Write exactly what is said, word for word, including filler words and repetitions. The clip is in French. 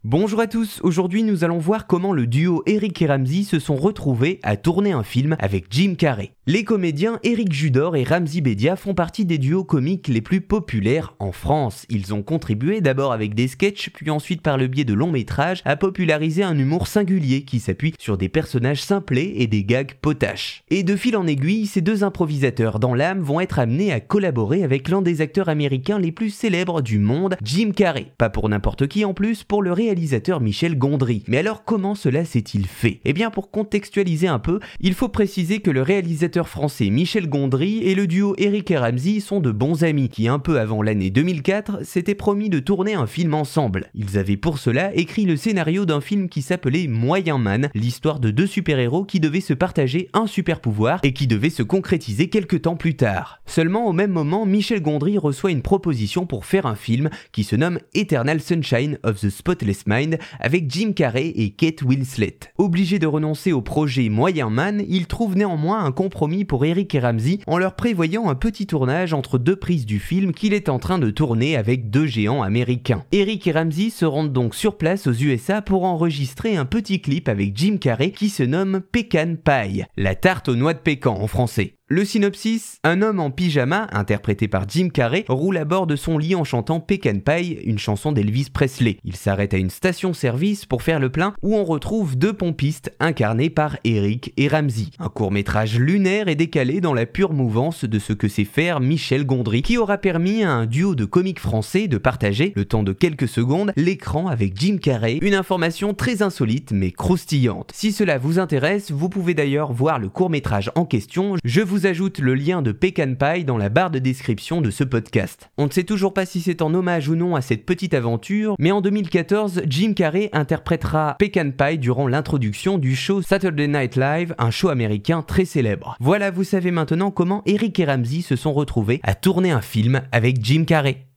Bonjour à tous, aujourd'hui nous allons voir comment le duo Eric et Ramzy se sont retrouvés à tourner un film avec Jim Carrey. Les comédiens Eric Judor et Ramzy Bedia font partie des duos comiques les plus populaires en France. Ils ont contribué d'abord avec des sketchs, puis ensuite par le biais de longs métrages, à populariser un humour singulier qui s'appuie sur des personnages simplés et des gags potaches. Et de fil en aiguille, ces deux improvisateurs dans l'âme vont être amenés à collaborer avec l'un des acteurs américains les plus célèbres du monde, Jim Carrey. Pas pour n'importe qui en plus, pour le réalisateur Michel Gondry. Mais alors comment cela s'est-il fait ? Eh bien pour contextualiser un peu, il faut préciser que le réalisateur français Michel Gondry et le duo Eric et Ramzy sont de bons amis qui un peu avant l'année deux mille quatre s'étaient promis de tourner un film ensemble. Ils avaient pour cela écrit le scénario d'un film qui s'appelait Moyen Man, l'histoire de deux super-héros qui devaient se partager un super pouvoir et qui devait se concrétiser quelques temps plus tard. Seulement au même moment, Michel Gondry reçoit une proposition pour faire un film qui se nomme Eternal Sunshine of the Spotless Mind avec Jim Carrey et Kate Winslet. Obligé de renoncer au projet Moyen Man, il trouve néanmoins un compromis pour Eric et Ramzy en leur prévoyant un petit tournage entre deux prises du film qu'il est en train de tourner avec deux géants américains. Eric et Ramzy se rendent donc sur place aux U S A pour enregistrer un petit clip avec Jim Carrey qui se nomme Pecan Pie, la tarte aux noix de pécan en français. Le synopsis, un homme en pyjama, interprété par Jim Carrey, roule à bord de son lit en chantant Pecan Pie, une chanson d'Elvis Presley. Il s'arrête à une station-service pour faire le plein où on retrouve deux pompistes incarnés par Eric et Ramzy. Un court-métrage lunaire et décalé dans la pure mouvance de ce que sait faire Michel Gondry, qui aura permis à un duo de comiques français de partager, le temps de quelques secondes, l'écran avec Jim Carrey, une information très insolite mais croustillante. Si cela vous intéresse, vous pouvez d'ailleurs voir le court-métrage en question. Je vous Je vous ajoute le lien de Pecan Pie dans la barre de description de ce podcast. On ne sait toujours pas si c'est en hommage ou non à cette petite aventure, mais en deux mille quatorze, Jim Carrey interprétera Pecan Pie durant l'introduction du show Saturday Night Live, un show américain très célèbre. Voilà, vous savez maintenant comment Eric et Ramzy se sont retrouvés à tourner un film avec Jim Carrey.